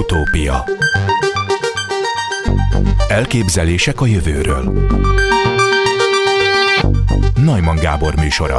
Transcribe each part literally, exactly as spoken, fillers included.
Utópia. Elképzelések a jövőről. Neumann Gábor műsora.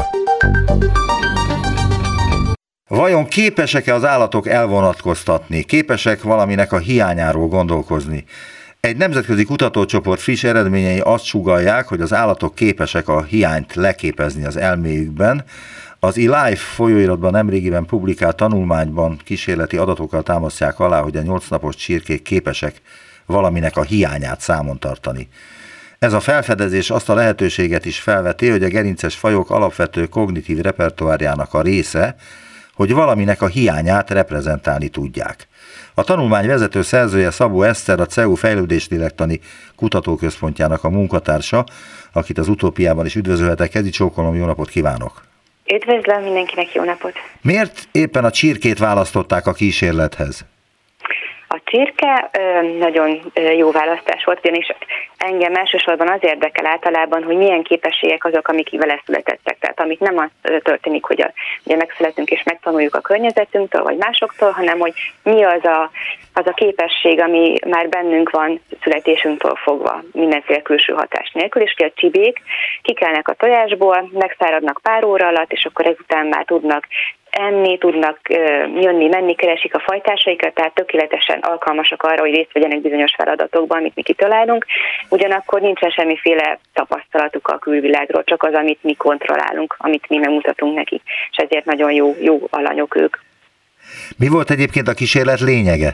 Vajon képesek-e az állatok elvonatkoztatni? Képesek valaminek a hiányáról gondolkozni? Egy nemzetközi kutatócsoport friss eredményei azt sugallják, hogy az állatok képesek a hiányt leképezni az elméjükben. Az eLife folyóiratban nemrégiben publikált tanulmányban kísérleti adatokkal támasztják alá, hogy a nyolcnapos csirkék képesek valaminek a hiányát számon tartani. Ez a felfedezés azt a lehetőséget is felveti, hogy a gerinces fajok alapvető kognitív repertoárjának a része, hogy valaminek a hiányát reprezentálni tudják. A tanulmány vezető szerzője Szabó Eszter, a cé e u Fejlődéslélektani Kutatóközpontjának a munkatársa, akit az Utópiában is üdvözölhetek. Kezi csókolom, jó napot kívánok! Üdvözlöm, mindenkinek jó napot! Miért éppen a csirkét választották a kísérlethez? A csirke nagyon jó választás volt, ugyanis engem elsősorban az érdekel általában, hogy milyen képességek azok, amik vele születettek. Tehát amit nem az történik, hogy a, ugye megszületünk és megtanuljuk a környezetünktől vagy másoktól, hanem hogy mi az a, az a képesség, ami már bennünk van születésünktől fogva, mindenféle külső hatás nélkül, és ugye a csibék kikelnek a tojásból, megszáradnak pár óra alatt, és akkor ezután már tudnak enni, tudnak jönni, menni, keresik a fajtásaikat, tehát tökéletesen alkalmasak arra, hogy részt vegyenek bizonyos feladatokban, amit mi kitalálunk. Ugyanakkor nincsen semmiféle tapasztalatuk a külvilágról, csak az, amit mi kontrollálunk, amit mi megmutatunk nekik, és ezért nagyon jó, jó alanyok ők. Mi volt egyébként a kísérlet lényege?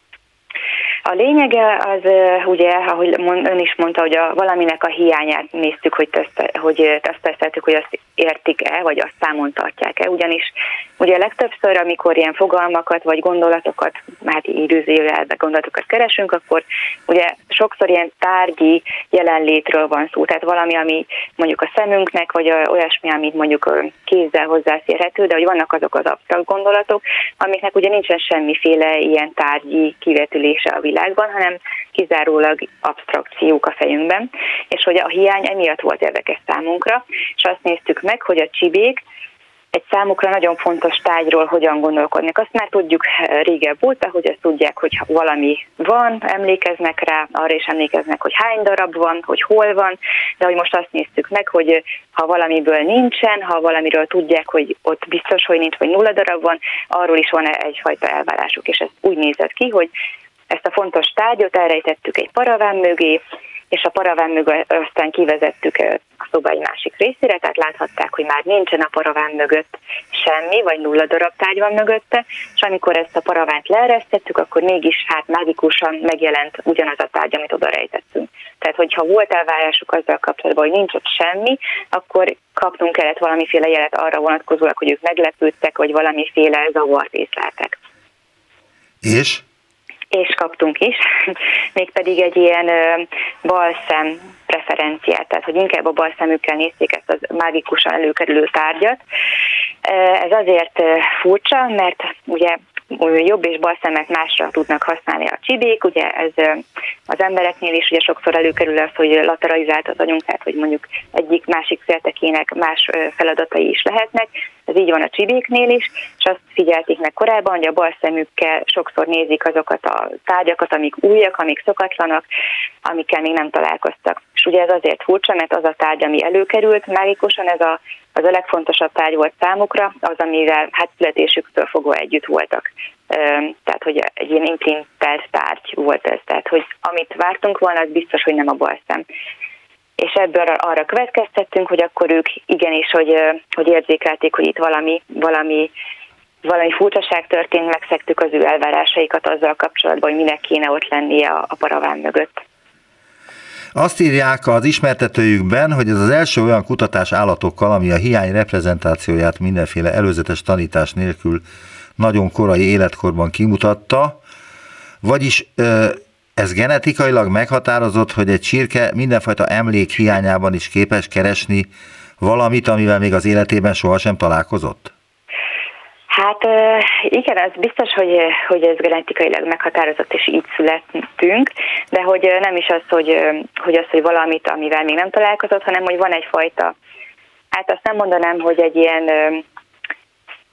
A lényege az, ugye, ahogy ön is mondta, hogy a, valaminek a hiányát néztük, hogy, teszte, hogy teszteltük, hogy azt értik-e, vagy azt számon tartják-e. Ugyanis ugye legtöbbször, amikor ilyen fogalmakat, vagy gondolatokat, hát időzőjelbe gondolatokat keresünk, akkor ugye sokszor ilyen tárgyi jelenlétről van szó. Tehát valami, ami mondjuk a szemünknek, vagy olyasmi, amit mondjuk kézzel hozzáférhető, de hogy vannak azok az absztrakt gondolatok, amiknek ugye nincsen semmiféle ilyen tárgyi kivetülése a világban, hanem kizárólag absztrakciók a fejünkben, és hogy a hiány emiatt volt érdekes számunkra, és azt néztük meg, hogy a csibék egy számukra nagyon fontos tárgyról hogyan gondolkodnak. Azt már tudjuk régebb óta, hogy ezt tudják, hogy valami van, emlékeznek rá, arra is emlékeznek, hogy hány darab van, hogy hol van, de hogy most azt néztük meg, hogy ha valamiből nincsen, ha valamiről tudják, hogy ott biztos, hogy nincs, vagy nulla darab van, arról is van egyfajta elvárásuk, és ez úgy nézett ki, hogy ezt a fontos tárgyat elrejtettük egy paraván mögé, és a paraván mögé aztán kivezettük a szoba egy másik részére, tehát láthatták, hogy már nincsen a paraván mögött semmi, vagy nulla darab tárgy van mögötte, és amikor ezt a paravánt leeresztettük, akkor mégis hát mágikusan megjelent ugyanaz a tárgy, amit oda rejtettünk. Tehát, hogyha volt elvárásuk azzal kapcsolatban, hogy nincs ott semmi, akkor kapnunk kellett valamiféle jelet arra vonatkozólag, hogy ők meglepődtek, vagy valamiféle zavart észleltek. És? És kaptunk is, mégpedig egy ilyen balszem preferenciát, tehát hogy inkább a balszemükkel nézték ezt az mágikusan előkerülő tárgyat. Ez azért furcsa, mert ugye jobb és bal szemet másra tudnak használni a csibék, ugye ez az embereknél is ugye sokszor előkerül az, hogy lateralizált az agyunk, tehát hogy mondjuk egyik-másik féltekének más feladatai is lehetnek, ez így van a csibéknél is, és azt figyelték meg korábban, hogy a bal szemükkel sokszor nézik azokat a tárgyakat, amik újak, amik szokatlanak, amikkel még nem találkoztak. És ugye ez azért furcsa, mert az a tárgy, ami előkerült mágikusan, ez a az a legfontosabb tárgy volt számukra, az, amivel hát születésüktől fogva együtt voltak. Tehát, hogy egy ilyen imprintált tárgy volt ez. Tehát, hogy amit vártunk volna, az biztos, hogy nem a balszem. És ebből arra következtettünk, hogy akkor ők igenis, hogy, hogy érzékelték, hogy itt valami, valami, valami furcsaság történt, megszektük az ő elvárásaikat azzal kapcsolatban, hogy minek kéne ott lennie a, a paraván mögött. Azt írják az ismertetőjükben, hogy ez az első olyan kutatás állatokkal, ami a hiány reprezentációját mindenféle előzetes tanítás nélkül nagyon korai életkorban kimutatta, vagyis ez genetikailag meghatározott, hogy egy csirke mindenfajta emlék hiányában is képes keresni valamit, amivel még az életében sohasem találkozott? Hát igen, az biztos, hogy, hogy ez genetikailag meghatározott, és így születtünk, de hogy nem is az, hogy, hogy az, hogy valamit, amivel még nem találkozott, hanem hogy van egyfajta, hát azt nem mondanám, hogy egy ilyen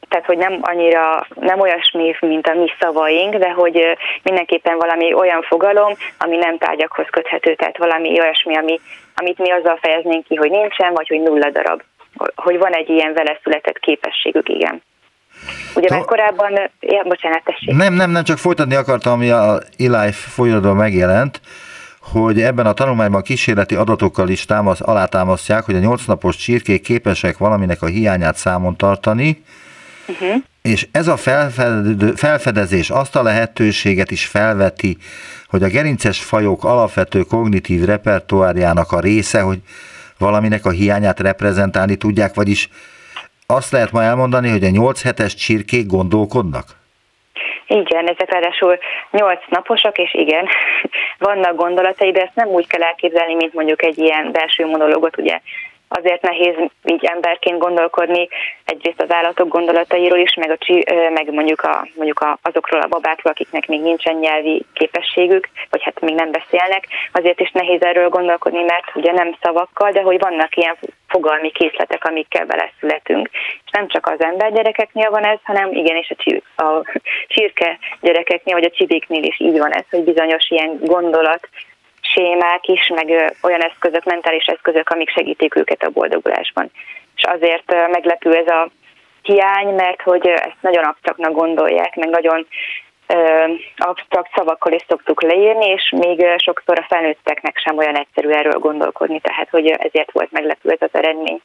tehát hogy nem annyira, nem olyasmi, mint a mi szavaink, de hogy mindenképpen valami olyan fogalom, ami nem tárgyakhoz köthető, tehát valami olyasmi, ami, amit mi azzal fejeznénk ki, hogy nincsen, vagy hogy nulla darab. Hogy van egy ilyen vele született képességük, igen. Ugye Ta... mert korábban, ja, bocsánat, tessék. Nem, nem, nem, csak folytatni akartam, ami a eLife folyóiratban megjelent, hogy ebben a tanulmányban kísérleti adatokkal is támasz, alátámasztják, hogy a nyolc napos csirkék képesek valaminek a hiányát számon tartani, uh-huh. és ez a felfedező, felfedezés azt a lehetőséget is felveti, hogy a gerinces fajok alapvető kognitív repertoárjának a része, hogy valaminek a hiányát reprezentálni tudják, vagyis azt lehet ma elmondani, hogy a nyolc hetes csirkék gondolkodnak? Igen, ezek ráadásul nyolc naposak, és igen, vannak gondolatai, de ezt nem úgy kell elképzelni, mint mondjuk egy ilyen belső monológot, ugye azért nehéz így emberként gondolkodni, egyrészt az állatok gondolatairól is, meg, a, meg mondjuk, a, mondjuk a, azokról a babákról, akiknek még nincsen nyelvi képességük, vagy hát még nem beszélnek, azért is nehéz erről gondolkodni, mert ugye nem szavakkal, de hogy vannak ilyen fogalmi készletek, amikkel beleszületünk. És nem csak az ember gyerekeknél van ez, hanem igenis a, csir, a csirke gyerekeknél, vagy a csibéknél is így van ez, hogy bizonyos ilyen gondolat, sémák is, meg olyan eszközök, mentális eszközök, amik segítik őket a boldogulásban. És azért meglepő ez a hiány, mert hogy ezt nagyon absztraktnak gondolják, meg nagyon ö, absztrakt szavakkal is szoktuk leírni, és még sokszor a felnőtteknek sem olyan egyszerű erről gondolkodni, tehát hogy ezért volt meglepő ez az eredmény.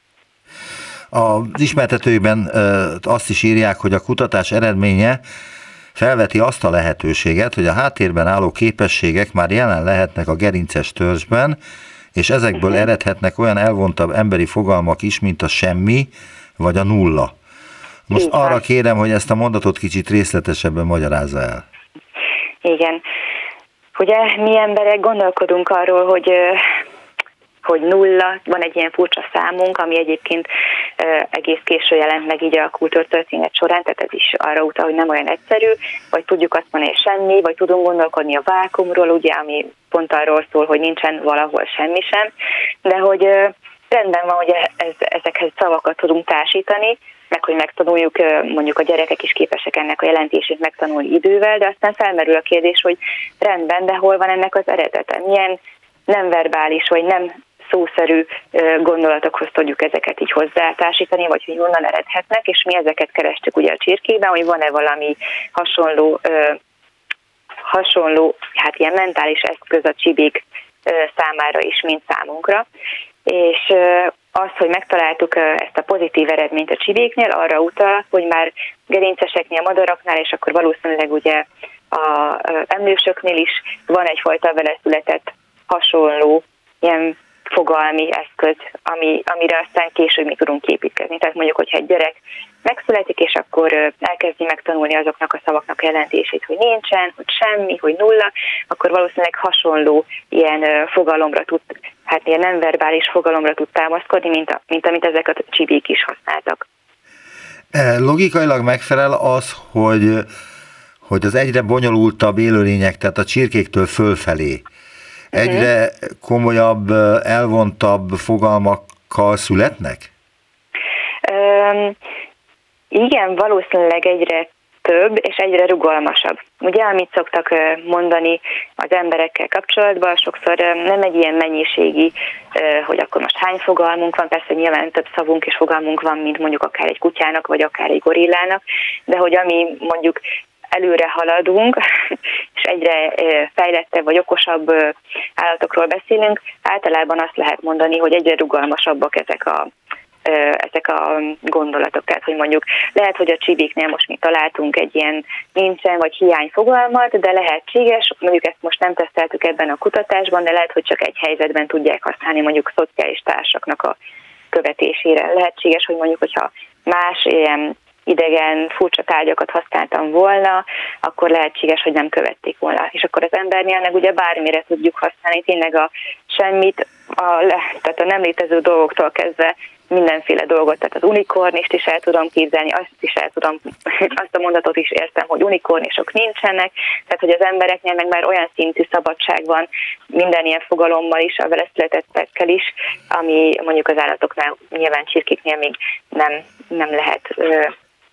Az ismertetőjében azt is írják, hogy a kutatás eredménye felveti azt a lehetőséget, hogy a háttérben álló képességek már jelen lehetnek a gerinces törzsben, és ezekből uh-huh. eredhetnek olyan elvontabb emberi fogalmak is, mint a semmi, vagy a nulla. Most igen. arra kérem, hogy ezt a mondatot kicsit részletesebben magyarázza el. Igen. Ugye mi emberek gondolkodunk arról, hogy hogy nulla, van egy ilyen furcsa számunk, ami egyébként uh, egész késő jelent meg így a kultúrtörténet során, tehát ez is arra utal, hogy nem olyan egyszerű, vagy tudjuk azt mondani, hogy semmi, vagy tudunk gondolkodni a vákuumról, ugye, ami pont arról szól, hogy nincsen valahol semmi sem, de hogy uh, rendben van, hogy ez, ezekhez szavakat tudunk társítani, meg hogy megtanuljuk, uh, mondjuk a gyerekek is képesek ennek a jelentését megtanulni idővel, de aztán felmerül a kérdés, hogy rendben, de hol van ennek az eredete, milyen nem verbális, vagy nem szószerű gondolatokhoz tudjuk ezeket így hozzátársítani, vagy hogy honnan eredhetnek, és mi ezeket kerestük ugye a csirkében, hogy van-e valami hasonló, hasonló hát ilyen mentális eszköz a csibék számára is, mint számunkra. És az, hogy megtaláltuk ezt a pozitív eredményt a csibéknél, arra utal, hogy már gerinceseknél, madaraknál, és akkor valószínűleg ugye az emlősöknél is van egyfajta vele született hasonló ilyen fogalmi eszköz, ami, amire aztán később mi tudunk építkezni. Tehát mondjuk, hogyha egy gyerek megszületik, és akkor elkezdi megtanulni azoknak a szavaknak jelentését, hogy nincsen, hogy semmi, hogy nulla, akkor valószínűleg hasonló ilyen fogalomra tud, hát ilyen nem verbális fogalomra tud támaszkodni, mint, a, mint amit ezek a csibék is használtak. Logikailag megfelel az, hogy, hogy az egyre bonyolultabb élőlények, tehát a csirkéktől fölfelé egyre komolyabb, elvontabb fogalmakkal születnek? Um, igen, valószínűleg egyre több és egyre rugalmasabb. Ugye, amit szoktak mondani az emberekkel kapcsolatban, sokszor nem egy ilyen mennyiségi, hogy akkor most hány fogalmunk van, persze nyilván több szavunk és fogalmunk van, mint mondjuk akár egy kutyának, vagy akár egy gorillának, de hogy ami mondjuk előre haladunk, és egyre fejlettebb vagy okosabb állatokról beszélünk, általában azt lehet mondani, hogy egyre rugalmasabbak ezek a, ezek a gondolatok. Tehát, hogy mondjuk lehet, hogy a csibéknél most mi találtunk egy ilyen nincsen vagy hiány fogalmat, de lehetséges, mondjuk ezt most nem teszteltük ebben a kutatásban, de lehet, hogy csak egy helyzetben tudják használni mondjuk szociális társaknak a követésére. Lehetséges, hogy mondjuk, hogyha más ilyen idegen, furcsa tárgyakat használtam volna, akkor lehetséges, hogy nem követték volna. És akkor az embernél meg ugye bármire tudjuk használni, tényleg a semmit, a, tehát a nem létező dolgoktól kezdve mindenféle dolgot, tehát az unikornist is el tudom képzelni, azt is el tudom, azt a mondatot is értem, hogy unikornisok nincsenek, tehát hogy az embereknél meg már olyan szintű szabadság van minden ilyen fogalommal is, a vele születettekkel is, ami mondjuk az állatoknál, nyilván csirkéknél még nem, nem lehet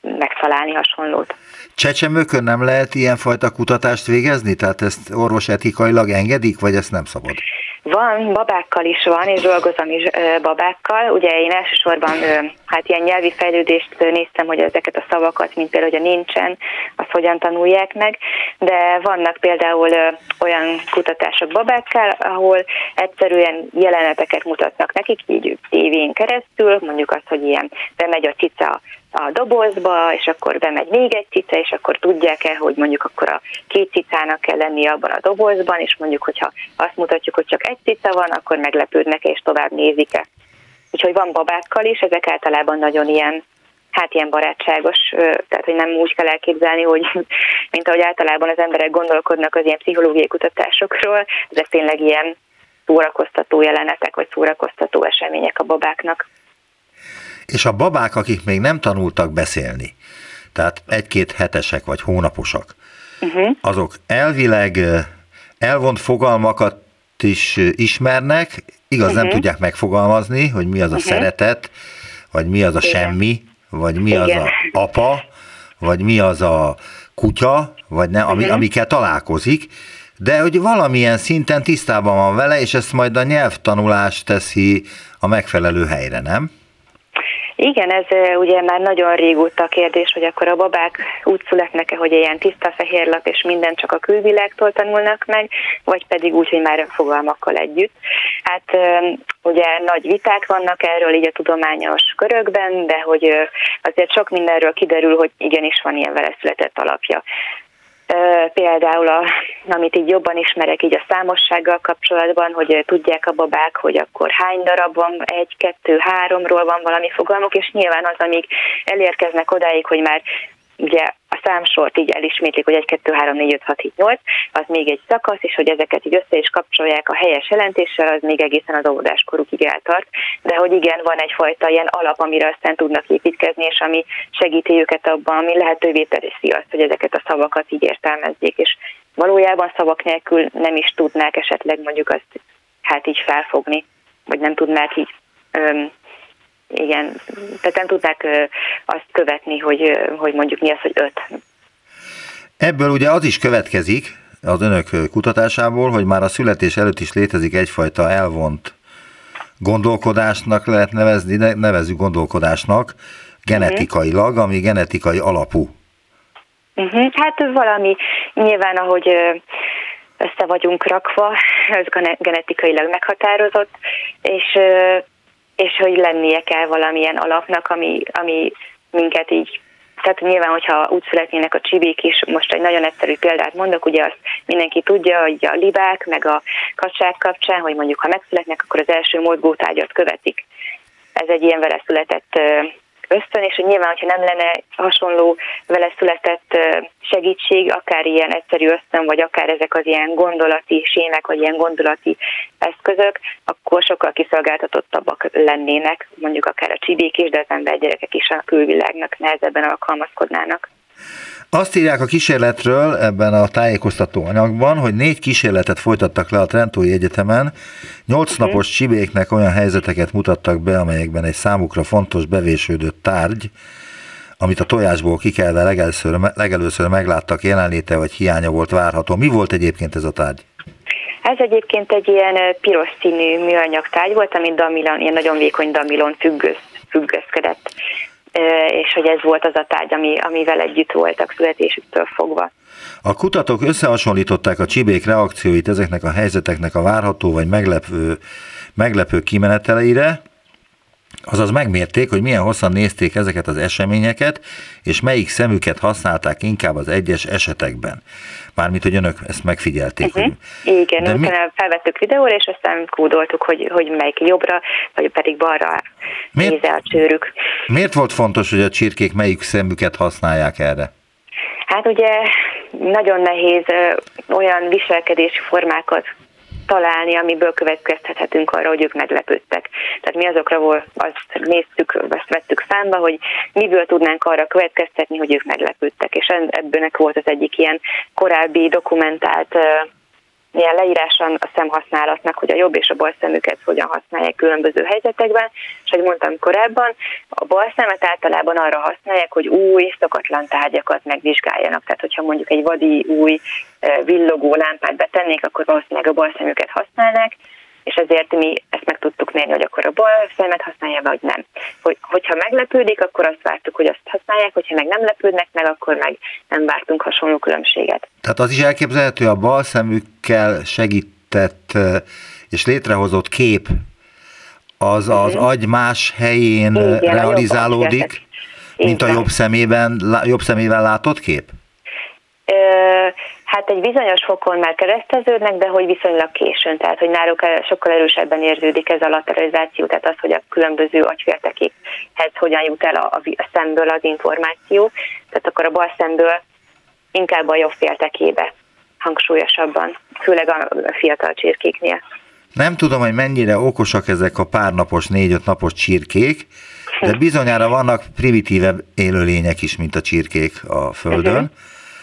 megtalálni hasonlót. Csecsemőkön nem lehet ilyenfajta kutatást végezni? Tehát ezt orvosetikailag engedik, vagy ezt nem szabad? Van, babákkal is van, és dolgozom is babákkal. Ugye én elsősorban hát ilyen nyelvi fejlődést néztem, hogy ezeket a szavakat, mint például, hogy a nincsen, azt hogyan tanulják meg, de vannak például olyan kutatások babákkal, ahol egyszerűen jeleneteket mutatnak nekik, így tévén keresztül, mondjuk azt, hogy ilyen bemegy a cica a dobozba, és akkor bemegy még egy cica, és akkor tudják-e, hogy mondjuk akkor a két cicának kell lennie abban a dobozban, és mondjuk, hogyha azt mutatjuk, hogy csak egy cica van, akkor meglepődnek, és tovább nézik-e. Úgyhogy van babákkal is, ezek általában nagyon ilyen, hát ilyen barátságos, tehát hogy nem úgy kell elképzelni, hogy mint ahogy általában az emberek gondolkodnak az ilyen pszichológiai kutatásokról, ezek tényleg ilyen szórakoztató jelenetek, vagy szórakoztató események a babáknak. És a babák, akik még nem tanultak beszélni, tehát egy-két hetesek vagy hónaposak, uh-huh. azok elvileg elvont fogalmakat is ismernek, igaz, uh-huh. nem tudják megfogalmazni, hogy mi az a uh-huh. szeretet, vagy mi az a Igen. semmi, vagy mi Igen. az a apa, vagy mi az a kutya, vagy ne, ami, uh-huh. amikkel találkozik, de hogy valamilyen szinten tisztában van vele, és ezt majd a nyelvtanulás teszi a megfelelő helyre, nem? Igen, ez ugye már nagyon régóta kérdés, hogy akkor a babák úgy születnek-e, hogy ilyen tiszta fehér lap és minden csak a külvilágtól tanulnak meg, vagy pedig úgy, hogy már fogalmakkal együtt. Hát ugye nagy viták vannak erről így a tudományos körökben, de hogy azért sok mindenről kiderül, hogy igenis van ilyen vele született alapja. Például, a, amit így jobban ismerek így a számossággal kapcsolatban, hogy tudják a babák, hogy akkor hány darab van, egy, kettő, háromról van valami fogalmuk, és nyilván az, amíg elérkeznek odáig, hogy már ugye a számsort így elismétlik, hogy egy, kettő, három, négy, öt, hat, hét, nyolc, az még egy szakasz, és hogy ezeket így össze is kapcsolják a helyes jelentéssel, az még egészen az óvodáskorukig eltart. De hogy igen, van egyfajta ilyen alap, amire aztán tudnak építkezni, és ami segíti őket abban, ami lehetővé teszi azt, hogy ezeket a szavakat így értelmezzék, és valójában szavak nélkül nem is tudnák esetleg mondjuk azt hát így felfogni, vagy nem tudnák így öm, igen, tehát nem tudták azt követni, hogy, hogy mondjuk mi az, hogy öt. Ebből ugye az is következik az önök kutatásából, hogy már a születés előtt is létezik egyfajta elvont gondolkodásnak lehet nevezni, de nevezzük gondolkodásnak genetikailag, ami genetikai alapú. Uh-huh. Hát valami nyilván, ahogy össze vagyunk rakva, ez genetikailag meghatározott, és és hogy lennie kell valamilyen alapnak, ami, ami minket így, tehát nyilván, hogyha úgy születnének a csibék is, most egy nagyon egyszerű példát mondok, ugye azt mindenki tudja, hogy a libák, meg a kacsák kapcsán, hogy mondjuk ha megszületnek, akkor az első mozgótárgyat követik. Ez egy ilyen vele született ösztön, és hogy nyilván, hogyha nem lenne hasonló vele született segítség, akár ilyen egyszerű ösztön, vagy akár ezek az ilyen gondolati sémek, vagy ilyen gondolati eszközök, akkor sokkal kiszolgáltatottabbak lennének, mondjuk akár a csibék is, de az embergyerekek is a külvilágnak nehezebben alkalmazkodnának. Azt írják a kísérletről ebben a tájékoztató anyagban, hogy négy kísérletet folytattak le a Trentói Egyetemen, nyolc uh-huh. napos csibéknek olyan helyzeteket mutattak be, amelyekben egy számukra fontos bevésődött tárgy, amit a tojásból kikelve legelőször, legelőször megláttak, jelenléte vagy hiánya volt várható. Mi volt egyébként ez a tárgy? Ez egyébként egy ilyen piros színű műanyag tárgy volt, amit damilon, ilyen nagyon vékony damilon függöz, függözkedett. És hogy ez volt az a tárgy, ami, amivel együtt voltak születésüktől fogva. A kutatók összehasonlították a csibék reakcióit ezeknek a helyzeteknek a várható vagy meglepő, meglepő kimeneteleire, azaz megmérték, hogy milyen hosszan nézték ezeket az eseményeket, és melyik szemüket használták inkább az egyes esetekben. Mármint, hogy önök ezt megfigyelték. Uh-huh. Hogy... Igen, de utána mi... felvettük videóra, és aztán kódoltuk, hogy, hogy melyik jobbra, vagy pedig balra nézze a csőrük. Miért volt fontos, hogy a csirkék melyik szemüket használják erre? Hát ugye nagyon nehéz ö, olyan viselkedési formákat találni, amiből következtethetünk arra, hogy ők meglepődtek. Tehát mi azokra volt, azt néztük, azt vettük számba, hogy miből tudnánk arra következtetni, hogy ők meglepődtek. És ebből volt az egyik ilyen korábbi dokumentált ilyen leíráson a szemhasználatnak, hogy a jobb és a bal szemüket hogyan használják különböző helyzetekben, és ahogy mondtam korábban, a bal szemet általában arra használják, hogy új, szokatlan tárgyakat megvizsgáljanak. Tehát, hogyha mondjuk egy vadi új villogó lámpát betennék, akkor valószínűleg a bal szemüket használnák, és ezért mi ezt meg tudtuk mérni, hogy akkor a bal szemet használja, vagy nem. Hogy, hogyha meglepődik, akkor azt vártuk, hogy azt használják, hogyha meg nem lepődnek meg, akkor meg nem vártunk hasonló különbséget. Tehát az is elképzelhető, a bal szemükkel segített és létrehozott kép az az agy más helyén igen, realizálódik, a mint a jobb szemében, jobb szemével látott kép? Ö, hát egy bizonyos fokon már kereszteződnek, de hogy viszonylag későn, tehát hogy náluk sokkal erősebben érződik ez a lateralizáció, tehát az, hogy a különböző agyféltekékhez hogyan jut el a, a szemből az információ, tehát akkor a bal szemből inkább a jobb féltekébe hangsúlyosabban, főleg a fiatal csirkéknél. Nem tudom, hogy mennyire okosak ezek a pár napos, négy-öt napos csirkék, de bizonyára vannak primitívebb élőlények is, mint a csirkék a Földön. Uh-huh.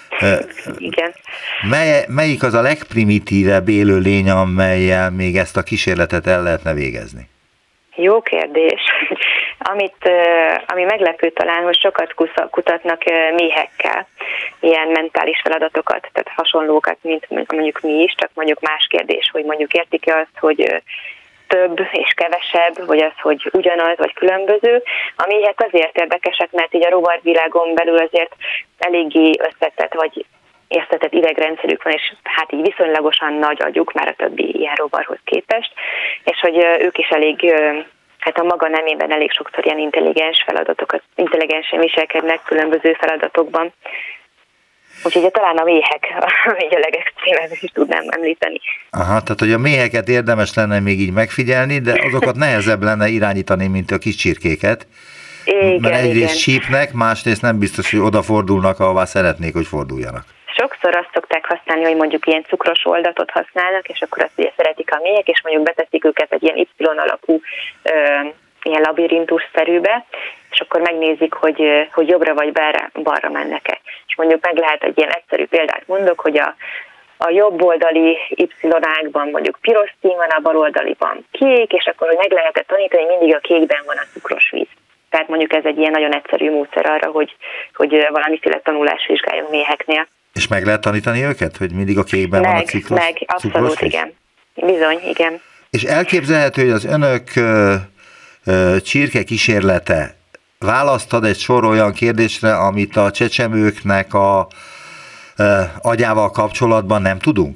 Igen. Mely, melyik az a legprimitívebb élőlény, amellyel még ezt a kísérletet el lehetne végezni? Jó kérdés. Amit, ami meglepő talán, hogy sokat kutatnak méhekkel, ilyen mentális feladatokat, tehát hasonlókat, mint mondjuk mi is, csak mondjuk más kérdés, hogy mondjuk értik-e azt, hogy több és kevesebb, vagy az, hogy ugyanaz, vagy különböző. A méhek azért érdekesek, mert így a rovarvilágon belül azért eléggé összetett, vagy értetett idegrendszerük van, és hát így viszonylagosan nagy agyuk már a többi ilyen rovarhoz képest, és hogy ők is elég, hát a maga nemében elég sokszor ilyen intelligens feladatokat, intelligensen viselkednek különböző feladatokban. Úgyhogy talán a méhek, így a legextrémebb is tudnám említeni. Aha, tehát hogy a méheket érdemes lenne még így megfigyelni, de azokat nehezebb lenne irányítani, mint a kis csirkéket. Igen, mert egyrészt igen. sípnek, másrészt nem biztos, hogy odafordulnak, ahová szeretnék, hogy forduljanak. Sokszor azt szokták használni, hogy mondjuk ilyen cukros oldatot használnak, és akkor azt ugye szeretik a méhek, és mondjuk beteszik őket egy ilyen Y alakú ö, ilyen labirintus-szerűbe, és akkor megnézik, hogy, hogy jobbra vagy balra, balra mennek-e. És mondjuk meg lehet egy ilyen egyszerű példát mondok, hogy a, a jobb oldali Y-ágban mondjuk piros szín van, a bal oldaliban kék, és akkor hogy meg lehet tanítani, hogy mindig a kékben van a cukros víz. Tehát mondjuk ez egy ilyen nagyon egyszerű módszer arra, hogy, hogy valamiféle tanulást vizsgáljunk méheknél. És meg lehet tanítani őket, hogy mindig a kékben meg, van a ciklos, meg, abszolút, igen. Bizony, igen. És elképzelhető, hogy az önök ö, ö, csirke kísérlete választad egy sor olyan kérdésre, amit a csecsemőknek a ö, agyával kapcsolatban nem tudunk?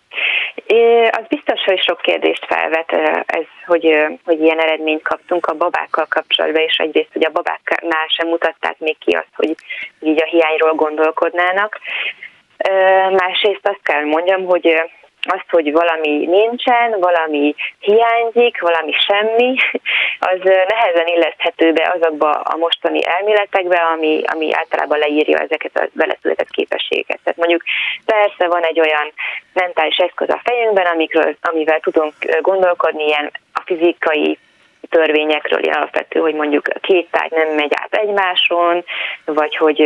É, az biztos, hogy sok kérdést felvet ez, hogy, hogy ilyen eredményt kaptunk a babákkal kapcsolatban, és egyrészt, hogy a babáknál sem mutatták még ki azt, hogy így a hiányról gondolkodnának. Másrészt azt kell mondjam, hogy az, hogy valami nincsen, valami hiányzik, valami semmi, az nehezen illeszthető be azokba a mostani elméletekbe, ami, ami általában leírja ezeket a beleszületett képességeket. Tehát mondjuk persze van egy olyan mentális eszköz a fejünkben, amikről, amivel tudunk gondolkodni, ilyen a fizikai törvényekről, ilyen alapvető, hogy mondjuk két tárgy nem megy át egymáson, vagy hogy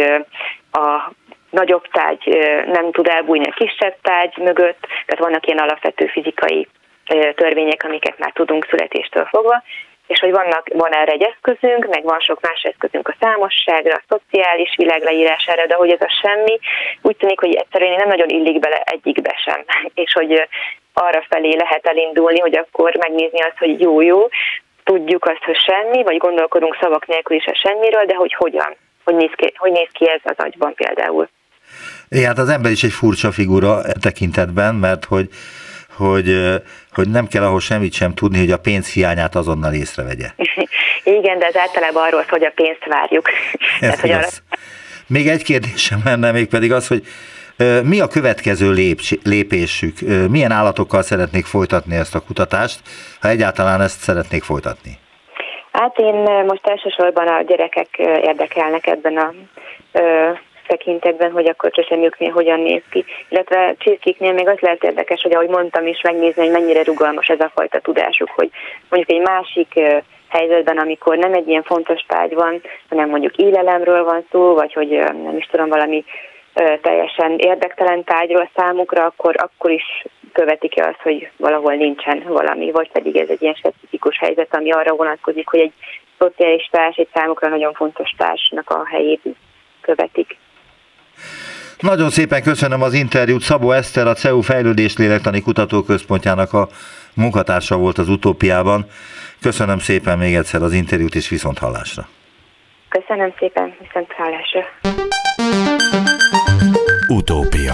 a nagyobb tárgy nem tud elbújni a kisebb tárgy mögött, tehát vannak ilyen alapvető fizikai törvények, amiket már tudunk születéstől fogva, és hogy vannak, van erre egy eszközünk, meg van sok más eszközünk a számosságra, a szociális világ leírására, de hogy ez a semmi, úgy tűnik, hogy egyszerűen nem nagyon illik bele egyikbe sem, és hogy arra felé lehet elindulni, hogy akkor megnézni azt, hogy jó-jó, tudjuk azt, hogy semmi, vagy gondolkodunk szavak nélkül is a semmiről, de hogy hogyan, hogy néz ki, hogy néz ki ez az agyban például. Igen, hát az ember is egy furcsa figura e tekintetben, mert hogy, hogy, hogy nem kell ahhoz semmit sem tudni, hogy a pénz hiányát azonnal észrevegye. Igen, de ez általában arról, hogy a pénzt várjuk. Ez Tehát, arra... Még egy kérdésem lenne, még pedig az, hogy mi a következő lépésük? Milyen állatokkal szeretnék folytatni ezt a kutatást, ha egyáltalán ezt szeretnék folytatni? Hát én most elsősorban a gyerekek érdekelnek ebben a tekintetben, hogy akkor csecsemőknél hogyan néz ki, illetve csirkéknél még az lehet érdekes, hogy ahogy mondtam is, megnézni, hogy mennyire rugalmas ez a fajta tudásuk, hogy mondjuk egy másik helyzetben, amikor nem egy ilyen fontos tárgy van, hanem mondjuk ílelemről van szó, vagy hogy nem is tudom, valami teljesen érdektelen tárgyról számukra, akkor, akkor is követik-e azt, hogy valahol nincsen valami, vagy pedig ez egy ilyen specifikus helyzet, ami arra vonatkozik, hogy egy szociális társ, egy számukra nagyon fontos társnak a helyét követik. Nagyon szépen köszönöm az interjút. Szabó Eszter, a cé e u Fejlődés Lélektani Kutatóközpontjának a munkatársa volt az Utópiában. Köszönöm szépen még egyszer az interjút, és viszont hallásra. Köszönöm szépen, viszont hallásra. Utópia.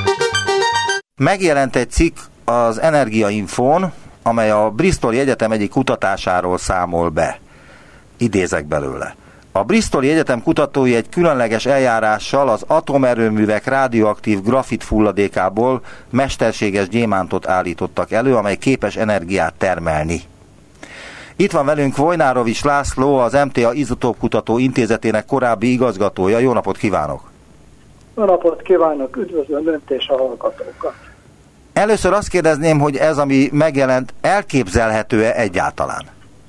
Megjelent egy cikk az Energiainfón, amely a Bristoli Egyetem egyik kutatásáról számol be. Idézek belőle. A Bristoli Egyetem kutatói egy különleges eljárással az atomerőművek radioaktív grafit hulladékából mesterséges gyémántot állítottak elő, amely képes energiát termelni. Itt van velünk Vojnárovics László, az em té á Izotópkutató Intézetének korábbi igazgatója. Jó napot kívánok! Jó napot kívánok, üdvözlöm Önt és a hallgatókat! Először azt kérdezném, hogy ez, ami megjelent, elképzelhető-e egyáltalán?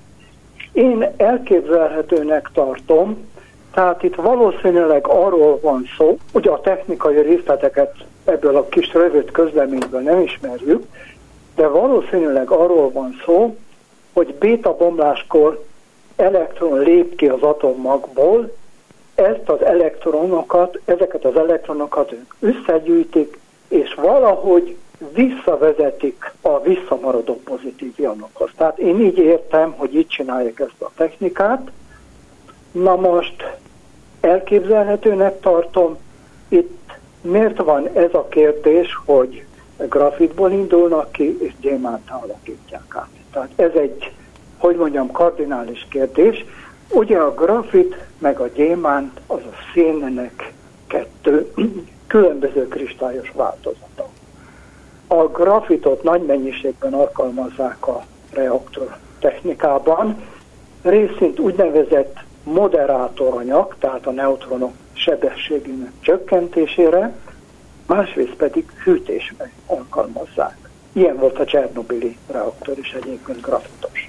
Én elképzelhetőnek tartom, tehát itt valószínűleg arról van szó, ugye a technikai részleteket ebből a kis rövid közleményből nem ismerjük, de valószínűleg arról van szó, hogy béta bomláskor elektron lép ki az atommagból, ezt az elektronokat, ezeket az elektronokat ők összegyűjtik, és valahogy visszavezetik a visszamaradó pozitív ionokhoz. Tehát én így értem, hogy így csinálják ezt a technikát. Na most elképzelhetőnek tartom, itt miért van ez a kérdés, hogy grafitból indulnak ki, és gyémánttá alakítják át. Tehát ez egy, hogy mondjam, kardinális kérdés. Ugye a grafit meg a gyémánt az a szénnek kettő különböző kristályos változata. A grafitot nagy mennyiségben alkalmazzák a reaktor technikában, részint úgynevezett moderátoranyag, tehát a neutronok sebességének csökkentésére, másrészt pedig hűtésre alkalmazzák. Ilyen volt a Csernobili reaktor is egyébként grafitos.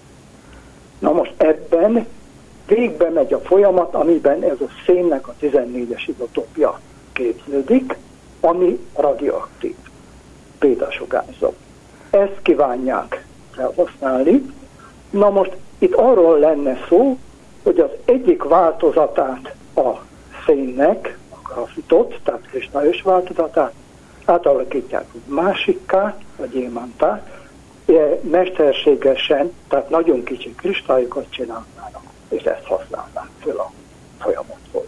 Na most ebben végbe megy a folyamat, amiben ez a szénnek a tizennégyes izotópja képződik, ami radioaktív, bétasugárzó. Ezt kívánják felhasználni. Na most itt arról lenne szó, hogy az egyik változatát a szénnek, a grafitot, tehát kristályos változatát átalakítják másikká, a gyémánttá, mesterségesen, tehát nagyon kicsi kristályokat csinálnának, és ezt használnák fel a folyamathoz.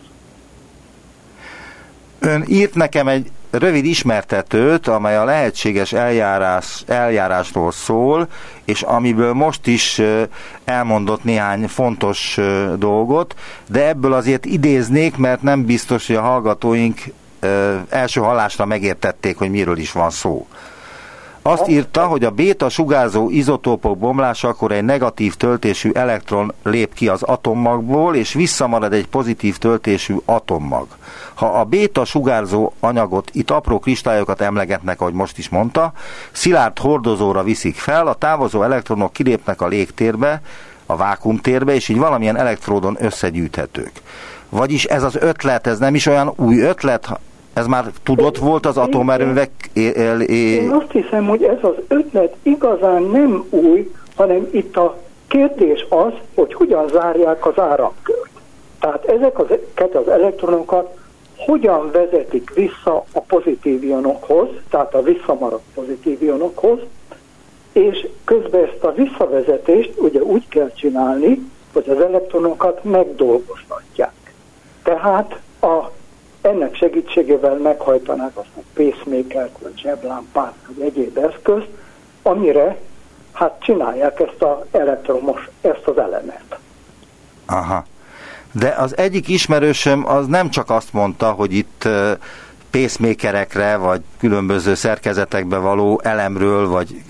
Ön írt nekem egy rövid ismertetőt, amely a lehetséges eljárás, eljárásról szól, és amiből most is elmondott néhány fontos dolgot, de ebből azért idéznék, mert nem biztos, hogy a hallgatóink első hallásra megértették, hogy miről is van szó. Azt írta, hogy a béta sugárzó izotópok bomlásakor egy negatív töltésű elektron lép ki az atommagból, és visszamarad egy pozitív töltésű atommag. Ha a béta sugárzó anyagot, itt apró kristályokat emlegetnek, ahogy most is mondta, szilárd hordozóra viszik fel, a távozó elektronok kilépnek a légtérbe, a vákuumtérbe, és így valamilyen elektródon összegyűjthetők. Vagyis ez az ötlet, ez nem is olyan új ötlet, ez már tudott volt az atomerőművek... Én azt hiszem, hogy ez az ötlet igazán nem új, hanem itt a kérdés az, hogy hogyan zárják az áramkört. Tehát ezeket az elektronokat hogyan vezetik vissza a pozitív ionokhoz, tehát a visszamaradt pozitív ionokhoz, és közben ezt a visszavezetést ugye úgy kell csinálni, hogy az elektronokat megdolgoztatják. Tehát a ennek segítségével meghajtanák azt a pacemakert, vagy zseblámpát, vagy egyéb eszközt, amire hát csinálják ezt az elektromos, ezt az elemet. Aha. De az egyik ismerősöm az nem csak azt mondta, hogy itt pacemakerekre, vagy különböző szerkezetekbe való elemről, vagy,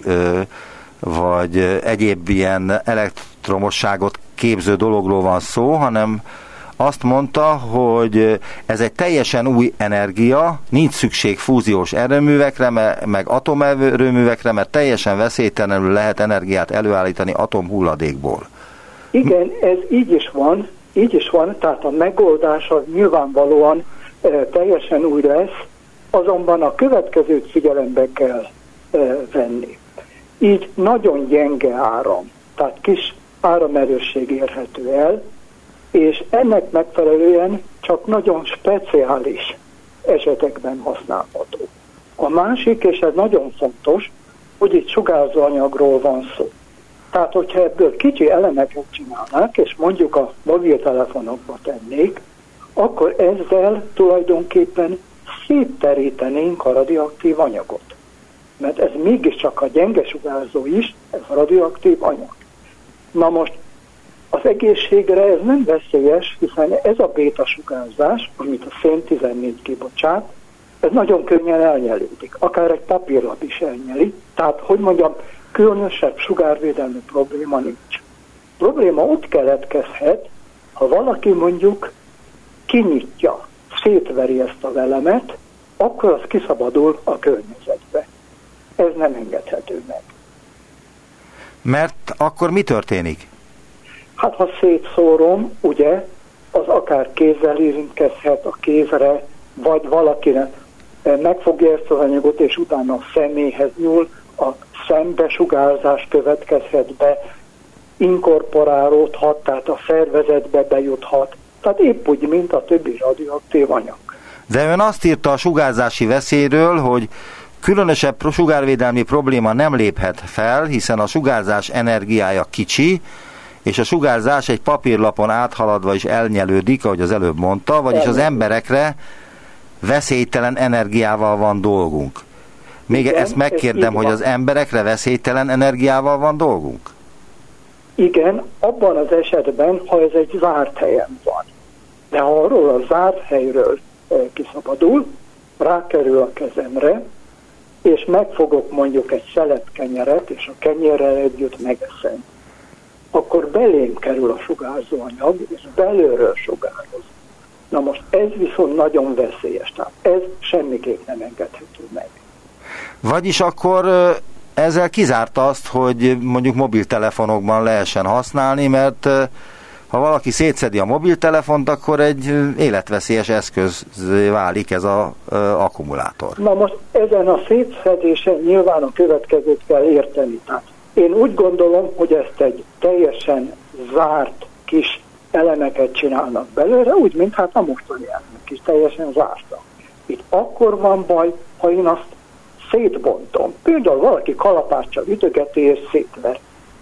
vagy egyéb ilyen elektromosságot képző dologról van szó, hanem azt mondta, hogy ez egy teljesen új energia, nincs szükség fúziós erőművekre, meg atomerőművekre, mert teljesen veszélytelenül lehet energiát előállítani atomhulladékból. Igen, ez így is van, így is van, tehát a megoldás az nyilvánvalóan e, teljesen új lesz, azonban a következőt figyelembe kell venni. Így nagyon gyenge áram, tehát kis áramerősség érhető el, és ennek megfelelően csak nagyon speciális esetekben használható. A másik, és ez nagyon fontos, hogy itt sugárzóanyagról van szó. Tehát, hogyha ebből kicsi elemeket csinálnák, és mondjuk a mobiltelefonokba tennék, akkor ezzel tulajdonképpen szétterítenénk a radioaktív anyagot. Mert ez mégiscsak a gyenge sugárzó is, ez a radioaktív anyag. Na most az egészségre ez nem veszélyes, hiszen ez a béta sugárzás, amit a szén tizennégy kibocsát, ez nagyon könnyen elnyelődik. Akár egy papírlap is elnyeli. Tehát, hogy mondjam, különösebb sugárvédelmi probléma nincs. Probléma ott keletkezhet, ha valaki mondjuk kinyitja, szétveri ezt a velemet, akkor az kiszabadul a környezetbe. Ez nem engedhető meg. Mert akkor mi történik? Hát ha szétszórom, ugye, az akár kézzel érintkezhet a kézre, vagy valakinek megfogja ezt az anyagot, és utána a szeméhez nyúl, a szembesugárzás következhet be, inkorporálódhat, tehát a szervezetbe bejuthat, tehát épp úgy, mint a többi radioaktív anyag. De ön azt írta a sugárzási veszélyről, hogy különösebb sugárvédelmi probléma nem léphet fel, hiszen a sugárzás energiája kicsi, és a sugárzás egy papírlapon áthaladva is elnyelődik, ahogy az előbb mondta, vagyis az emberekre veszélytelen energiával van dolgunk. Még igen, ezt megkérdem, hogy az emberekre veszélytelen energiával van dolgunk? Igen, abban az esetben, ha ez egy zárt helyen van. De ha arról a zárt helyről kiszabadul, rákerül a kezemre, és megfogok mondjuk egy szelet kenyeret, és a kenyerrel együtt megeszem, akkor belém kerül a sugárzóanyag, és belülről sugárhoz. Na most ez viszont nagyon veszélyes, tehát ez semmiképp nem engedhető meg. Vagyis akkor ezzel kizárta azt, hogy mondjuk mobiltelefonokban lehessen használni, mert ha valaki szétszedi a mobiltelefont, akkor egy életveszélyes eszköz válik ez az akkumulátor. Na most ezen a szétszedésen nyilván a következőt kell érteni. Tehát én úgy gondolom, hogy ezt egy teljesen zárt kis elemeket csinálnak belőle, úgy, mint hát a mostani elemek is teljesen zártak. Itt akkor van baj, ha én azt szétbontom. Például valaki kalapáccsal ütögeti és szétver.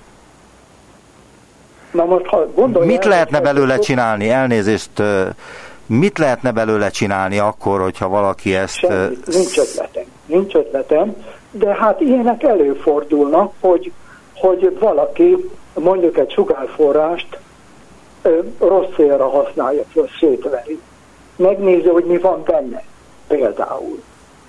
Na most, ha gondolja... Mit lehetne belőle csinálni? Elnézést, mit lehetne belőle csinálni akkor, hogyha valaki ezt... Semmi, nincs ötletem. Nincs ötletem, de hát ilyenek előfordulnak, hogy, hogy valaki mondjuk egy sugárforrást rossz célra használja föl, szétveri. Megnézi, hogy mi van benne, például.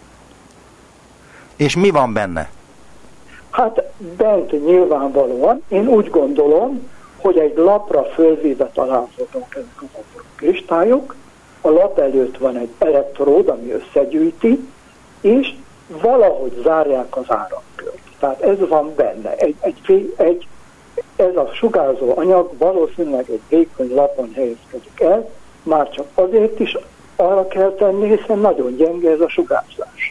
És mi van benne? Hát bent nyilvánvalóan, én úgy gondolom, hogy egy lapra fölvéve találhatók ezek az apró kristályok, a lap előtt van egy elektród, ami összegyűjti, és valahogy zárják az áramkört. Tehát ez van benne. Egy, egy, egy, ez a sugárzó anyag valószínűleg egy vékony lapon helyezkedik el, már csak azért is arra kell tenni, hiszen nagyon gyenge ez a sugárzás.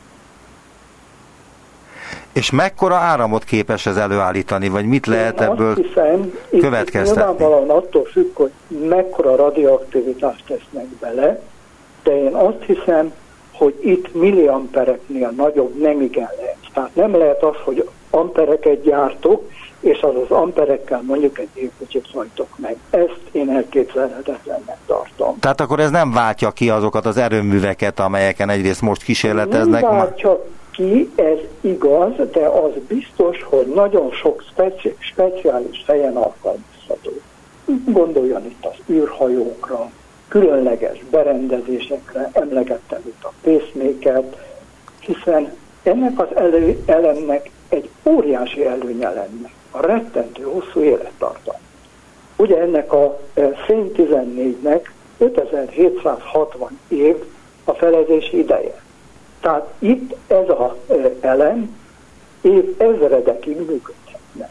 És mekkora áramot képes ez előállítani, vagy mit lehet én ebből hiszem, következtetni? Nyilvánvalóan attól függ, hogy mekkora radioaktivitást tesznek bele, de én azt hiszem, hogy itt milliampereknél nagyobb nem igen lehet. Tehát nem lehet az, hogy ampereket gyártok, és az az amperekkel mondjuk egy gépkocsit hajtok meg. Ezt én elképzelhetetlennek tartom. Tehát akkor ez nem váltja ki azokat az erőműveket, amelyeken egyrészt most kísérleteznek? Nem váltja ki, ez igaz, de az biztos, hogy nagyon sok speci- speciális helyen alkalmazható. Gondoljon itt az űrhajókra, különleges berendezésekre, emlegettem itt a pacemakert, hiszen ennek az elő, elemnek egy óriási előnye lenne, a rettentő hosszú élettartam. Ugye ennek a szén tizennégynek ötezer-hétszázhatvan év a felezési ideje. Tehát itt ez az elem év ezredekig működhetne.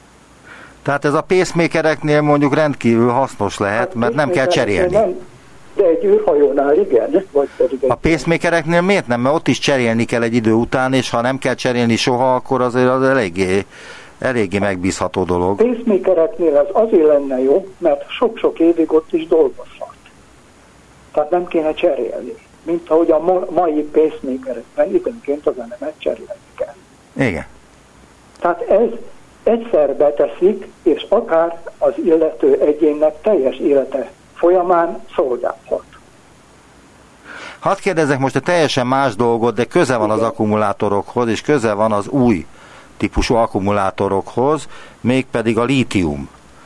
Tehát ez a pacemakereknél mondjuk rendkívül hasznos lehet, hát mert nem kell cserélni. Nem, De egy űrhajónál igen, vagy pedig egy... A pacemakereknél miért nem? Mert ott is cserélni kell egy idő után, és ha nem kell cserélni soha, akkor azért az eléggé, eléggé megbízható dolog. A pacemakereknél ez azért lenne jó, mert sok-sok évig ott is dolgozhat. Tehát nem kéne cserélni. Mint ahogy a mai pacemakerekben időnként az elemet cserélni kell. Igen. Tehát ez egyszer beteszik, és akár az illető egyénnek teljes élete folyamán szolgálhat. Hadd kérdezzek most egy teljesen más dolgot, de köze van az akkumulátorokhoz, és köze van az új típusú akkumulátorokhoz, mégpedig a lítium.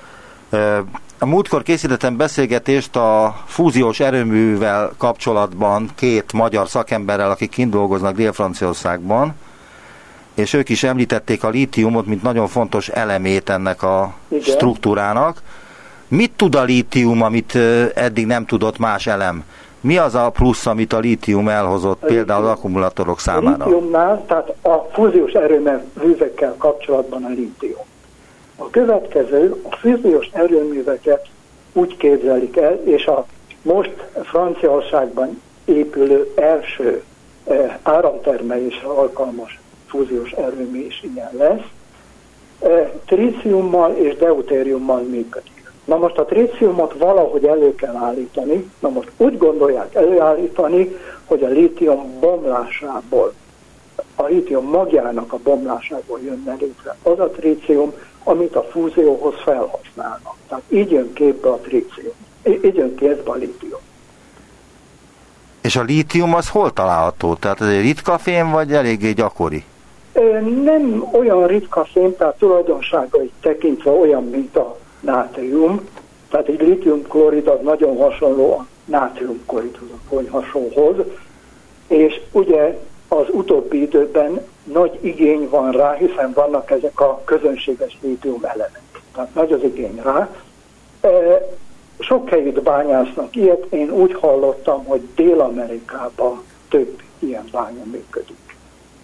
A múltkor készítettem beszélgetést a fúziós erőművel kapcsolatban két magyar szakemberrel, akik kint dolgoznak Dél-Franciaországban, és ők is említették a lítiumot, mint nagyon fontos elemét ennek a Igen. struktúrának. Mit tud a lítium, amit eddig nem tudott más elem? Mi az a plusz, amit a lítium elhozott a például az akkumulátorok számára? A lítiumnál, tehát a fúziós erőművekkel kapcsolatban a lítium. A következő, a fúziós erőműveket úgy képzelik el, és a most Franciaországban épülő első eh, áramtermelésre alkalmas fúziós erőmű is ilyen lesz, eh, tríciummal és deutériummal működik. Na most a tríciumot valahogy elő kell állítani, na most úgy gondolják előállítani, hogy a lítium bomlásából, a lítium magjának a bomlásából jönne létre az a trícium, amit a fúzióhoz felhasználnak. Tehát így jön képbe a trícium, így jön képbe a lítium. És a lítium az hol található? Tehát ez egy ritka fém, vagy eléggé gyakori? Nem olyan ritka fém, tehát tulajdonságait tekintve olyan, mint a nátrium, tehát egy lítiumklorid az nagyon hasonló a nátriumkloridhoz, a konyhasóhoz, és ugye az utóbbi időben nagy igény van rá, hiszen vannak ezek a közönséges lítium elemek. Tehát nagy az igény rá. Sok helyütt bányásznak ilyet, én úgy hallottam, hogy Dél-Amerikában több ilyen bánya működik.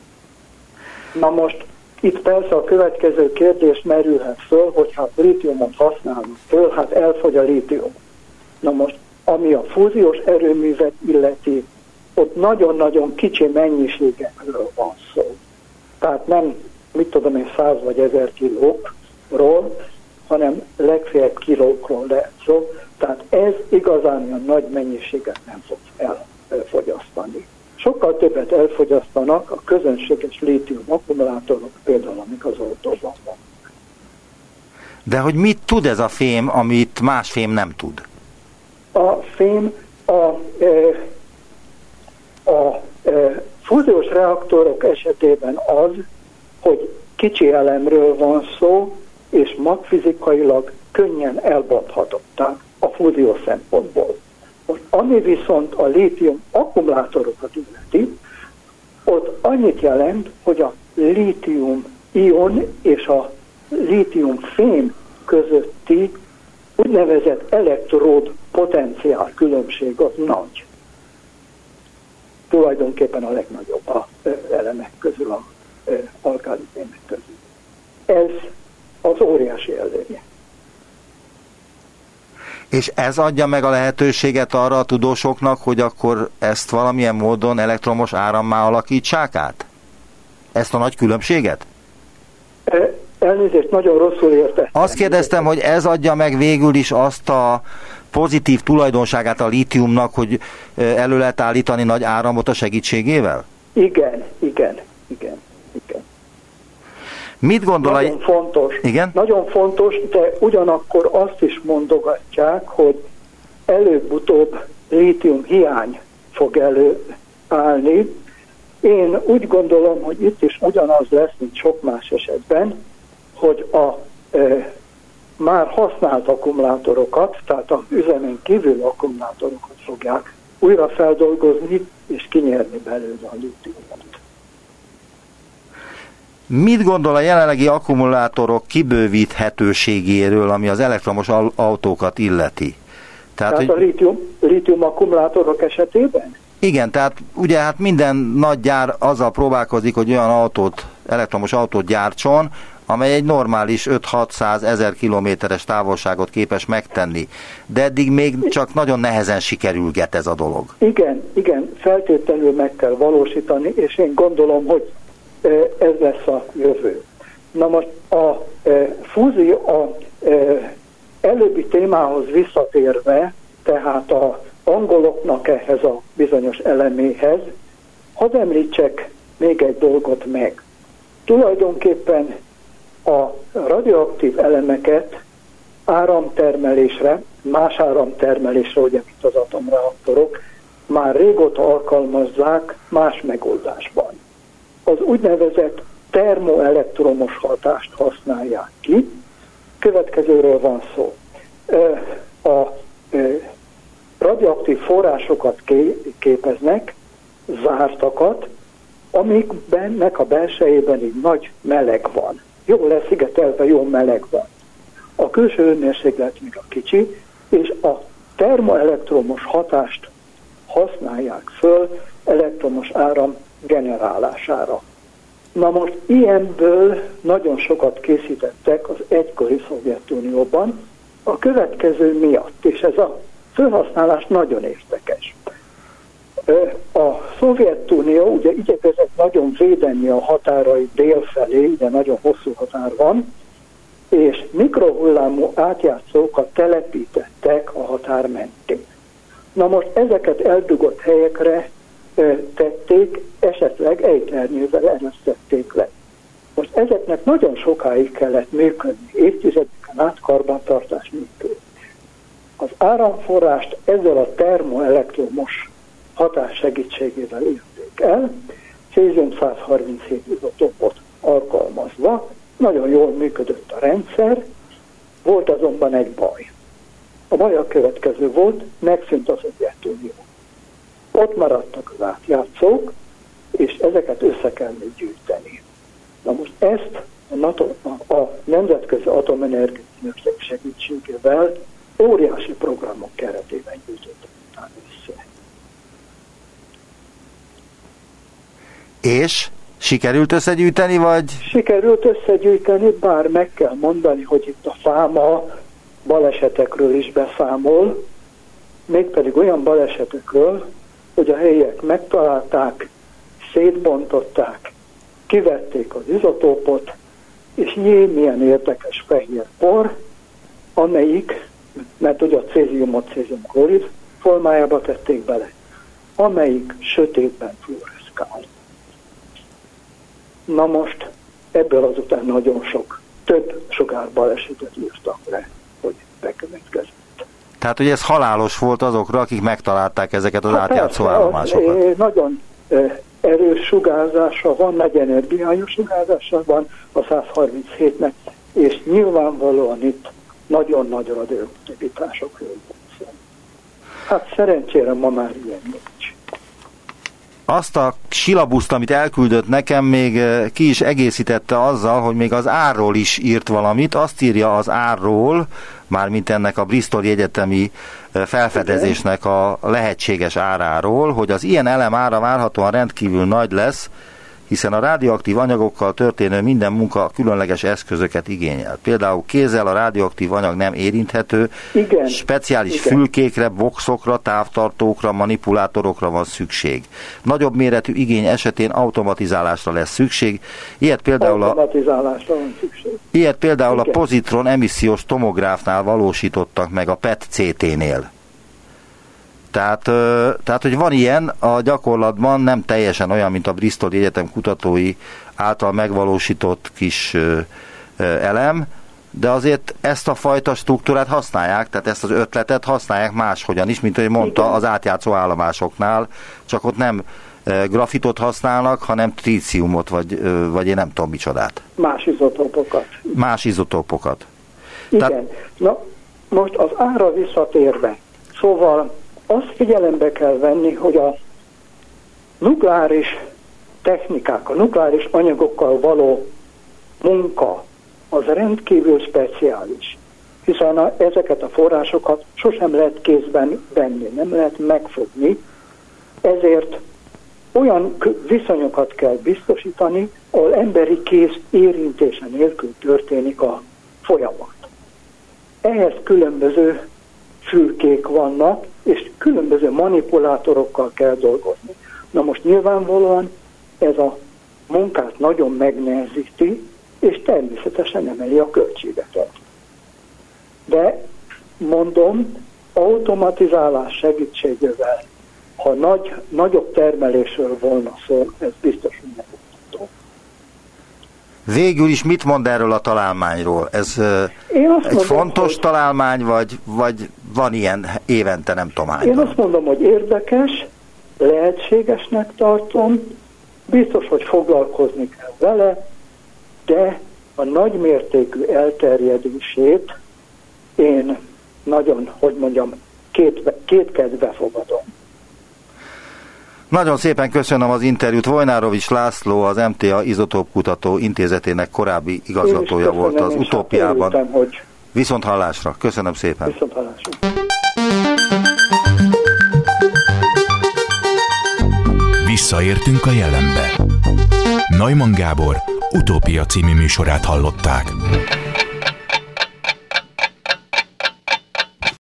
Na most itt persze a következő kérdés merülhet föl, hogy hát lítiumot használnak föl, hát elfogy a lítium. Na most, ami a fúziós erőművet illeti, ott nagyon-nagyon kicsi mennyiségekről van szó. Tehát nem, mit tudom én, száz vagy ezer kilókról, hanem legfeljebb kilókról lehet szó. Tehát ez igazán olyan nagy mennyiséget nem fog elfogyasztani. Sokkal többet elfogyasztanak a közönséges lítium akkumulátorok, például amik az autóban vannak. De hogy mit tud ez a fém, amit más fém nem tud? A fém a, a, a fúziós reaktorok esetében az, hogy kicsi elemről van szó, és magfizikailag könnyen elbonthatották a fúzió szempontból. Ami viszont a lítium akkumulátorokat illeti, ott annyit jelent, hogy a lítium ion és a lítium fém közötti úgynevezett elektród potenciál különbség az nagy. Tulajdonképpen a legnagyobb a elemek közül, a alkáli fémek közül. Ez az óriási előnye. És ez adja meg a lehetőséget arra a tudósoknak, hogy akkor ezt valamilyen módon elektromos árammá alakítsák át? Ezt a nagy különbséget? Elnézést, nagyon rosszul értettem. Azt kérdeztem, hogy ez adja meg végül is azt a pozitív tulajdonságát a lítiumnak, hogy elő lehet állítani nagy áramot a segítségével? Igen, igen, igen, igen. Mit gondol? Nagyon a... fontos. Igen? Nagyon fontos, de ugyanakkor azt is mondogatják, hogy előbb-utóbb lítium hiány fog előállni. Én úgy gondolom, hogy itt is ugyanaz lesz, mint sok más esetben, hogy a e, már használt akkumulátorokat, tehát a üzemen kívül akkumulátorokat fogják újra feldolgozni és kinyerni belőle a lítiumot. Mit gondol a jelenlegi akkumulátorok kibővíthetőségéről, ami az elektromos autókat illeti? Tehát, tehát hogy... a lítium, lítium akkumulátorok esetében? Igen, tehát ugye hát minden nagy gyár azzal próbálkozik, hogy olyan autót, elektromos autót gyártson, amely egy normális öt-hatszáz-ezer kilométeres távolságot képes megtenni. De eddig még csak nagyon nehezen sikerülget ez a dolog. Igen, igen, feltétlenül meg kell valósítani, és én gondolom, hogy ez lesz a jövő. Na most a fúzió, a előbbi témához visszatérve, tehát a angoloknak ehhez a bizonyos eleméhez, hadd említsek még egy dolgot meg. Tulajdonképpen a radioaktív elemeket áramtermelésre, más áramtermelésre, ugye, mint az atomreaktorok, már régóta alkalmazzák más megoldásban. Az úgynevezett termoelektromos hatást használják ki. Következőről van szó. A radioaktív forrásokat képeznek, zártakat, amikbennek a belsejében így nagy meleg van. Jól leszigetelve, jó meleg van. A külső hőmérséklet még a kicsi, és a termoelektromos hatást használják föl elektromos áram generálására. Na most ilyenből nagyon sokat készítettek az egykori Szovjetunióban, a következő miatt, és ez a felhasználás nagyon érdekes. A Szovjetunió ugye igyekezett nagyon védeni a határai délfelé, ugye nagyon hosszú határ van, és mikrohullámú átjátszókat telepítettek a határ mentén. Na most ezeket eldugott helyekre tették, esetleg ejtőernyővel eresztették le. Most ezeknek nagyon sokáig kellett működni, évtizedeken át karbantartás nélkül. Az áramforrást ezzel a termoelektromos hatás segítségével érték el, cézium százharminchét izotópot alkalmazva, nagyon jól működött a rendszer, volt azonban egy baj. A baj a következő volt, megszűnt a Szovjetunió. Ott maradtak az átjátszók, és ezeket össze kellett gyűjteni. Na most ezt a, NATO, a, a Nemzetközi Atomenergia Ügynökség segítségével óriási programok keretében gyűjtöttek utána össze. És sikerült összegyűjteni, vagy? Sikerült összegyűjteni, bár meg kell mondani, hogy itt a fáma balesetekről is beszámol, mégpedig olyan balesetekről, hogy a helyiek megtalálták, szétbontották, kivették az izotópot, és jé, milyen érdekes fehér por, amelyik, mert ugye a céziumot céziumklorid formájába tették bele, amelyik sötétben fluoreszkál. Na most ebből azután nagyon sok, több sugárbalesetet írtak le, hogy bekövetkezett. Tehát, hogy ez halálos volt azokra, akik megtalálták ezeket az hát átjátszó persze, állomásokat. Az, nagyon erős sugárzása van, nagy energiájú sugárzása van a százharminchétnek, és nyilvánvalóan itt nagyon nagy radioaktivitásokról van szó. Hát szerencsére ma már ilyen nincs. Azt a silabuszt, amit elküldött nekem, még ki is egészítette azzal, hogy még az árról is írt valamit. Azt írja az árról, mármint ennek a Bristoli Egyetemi felfedezésnek a lehetséges áráról, hogy az ilyen elem ára várhatóan rendkívül nagy lesz, hiszen a radioaktív anyagokkal történő minden munka különleges eszközöket igényel. Például kézzel a radioaktív anyag nem érinthető, igen, speciális igen. fülkékre, boxokra, távtartókra, manipulátorokra van szükség. Nagyobb méretű igény esetén automatizálásra lesz szükség. Ilyet például a, van szükség. Ilyet például igen. a pozitron emissziós tomográfnál valósítottak meg, a pé e té cé té-nél. Tehát, tehát, hogy van ilyen, a gyakorlatban nem teljesen olyan, mint a Bristoli Egyetem kutatói által megvalósított kis elem, de azért ezt a fajta struktúrát használják, tehát ezt az ötletet használják máshogyan is, mint ahogy mondta, igen. az átjátszó állomásoknál, csak ott nem grafitot használnak, hanem tríciumot, vagy, vagy én nem tudom micsodát. Más izotópokat. Más izotópokat. Igen. Tehát, Na, most az ára visszatérve. Szóval azt figyelembe kell venni, hogy a nukleáris technikák, a nukleáris anyagokkal való munka az rendkívül speciális, hiszen a, ezeket a forrásokat sosem lehet kézben venni, nem lehet megfogni, ezért olyan viszonyokat kell biztosítani, ahol emberi kéz érintése nélkül történik a folyamat. Ehhez különböző fülkék vannak, és különböző manipulátorokkal kell dolgozni. Na most nyilvánvalóan ez a munkát nagyon megnehezíti, és természetesen emeli a költségeket. De mondom, automatizálás segítségével, ha nagy, nagyobb termelésről volna szó, ez biztos, hogy megoldható. Végül is mit mond erről a találmányról? Ez egy mondom, fontos hogy... találmány, vagy, vagy van ilyen évente, nem tudom hányban? Én azt mondom, hogy érdekes, lehetségesnek tartom, biztos, hogy foglalkozni kell vele, de a nagymértékű elterjedését én nagyon, hogy mondjam, két, kétkedve fogadom. Nagyon szépen köszönöm az interjút. Vojnárovics László, az em té á Izotóp Kutató Intézetének korábbi igazgatója volt az Utópiában. Örültem, hogy... Viszont hallásra. Köszönöm szépen. Viszont hallásra. Visszaértünk a jelenbe. Neumann Gábor Utópia című műsorát hallották.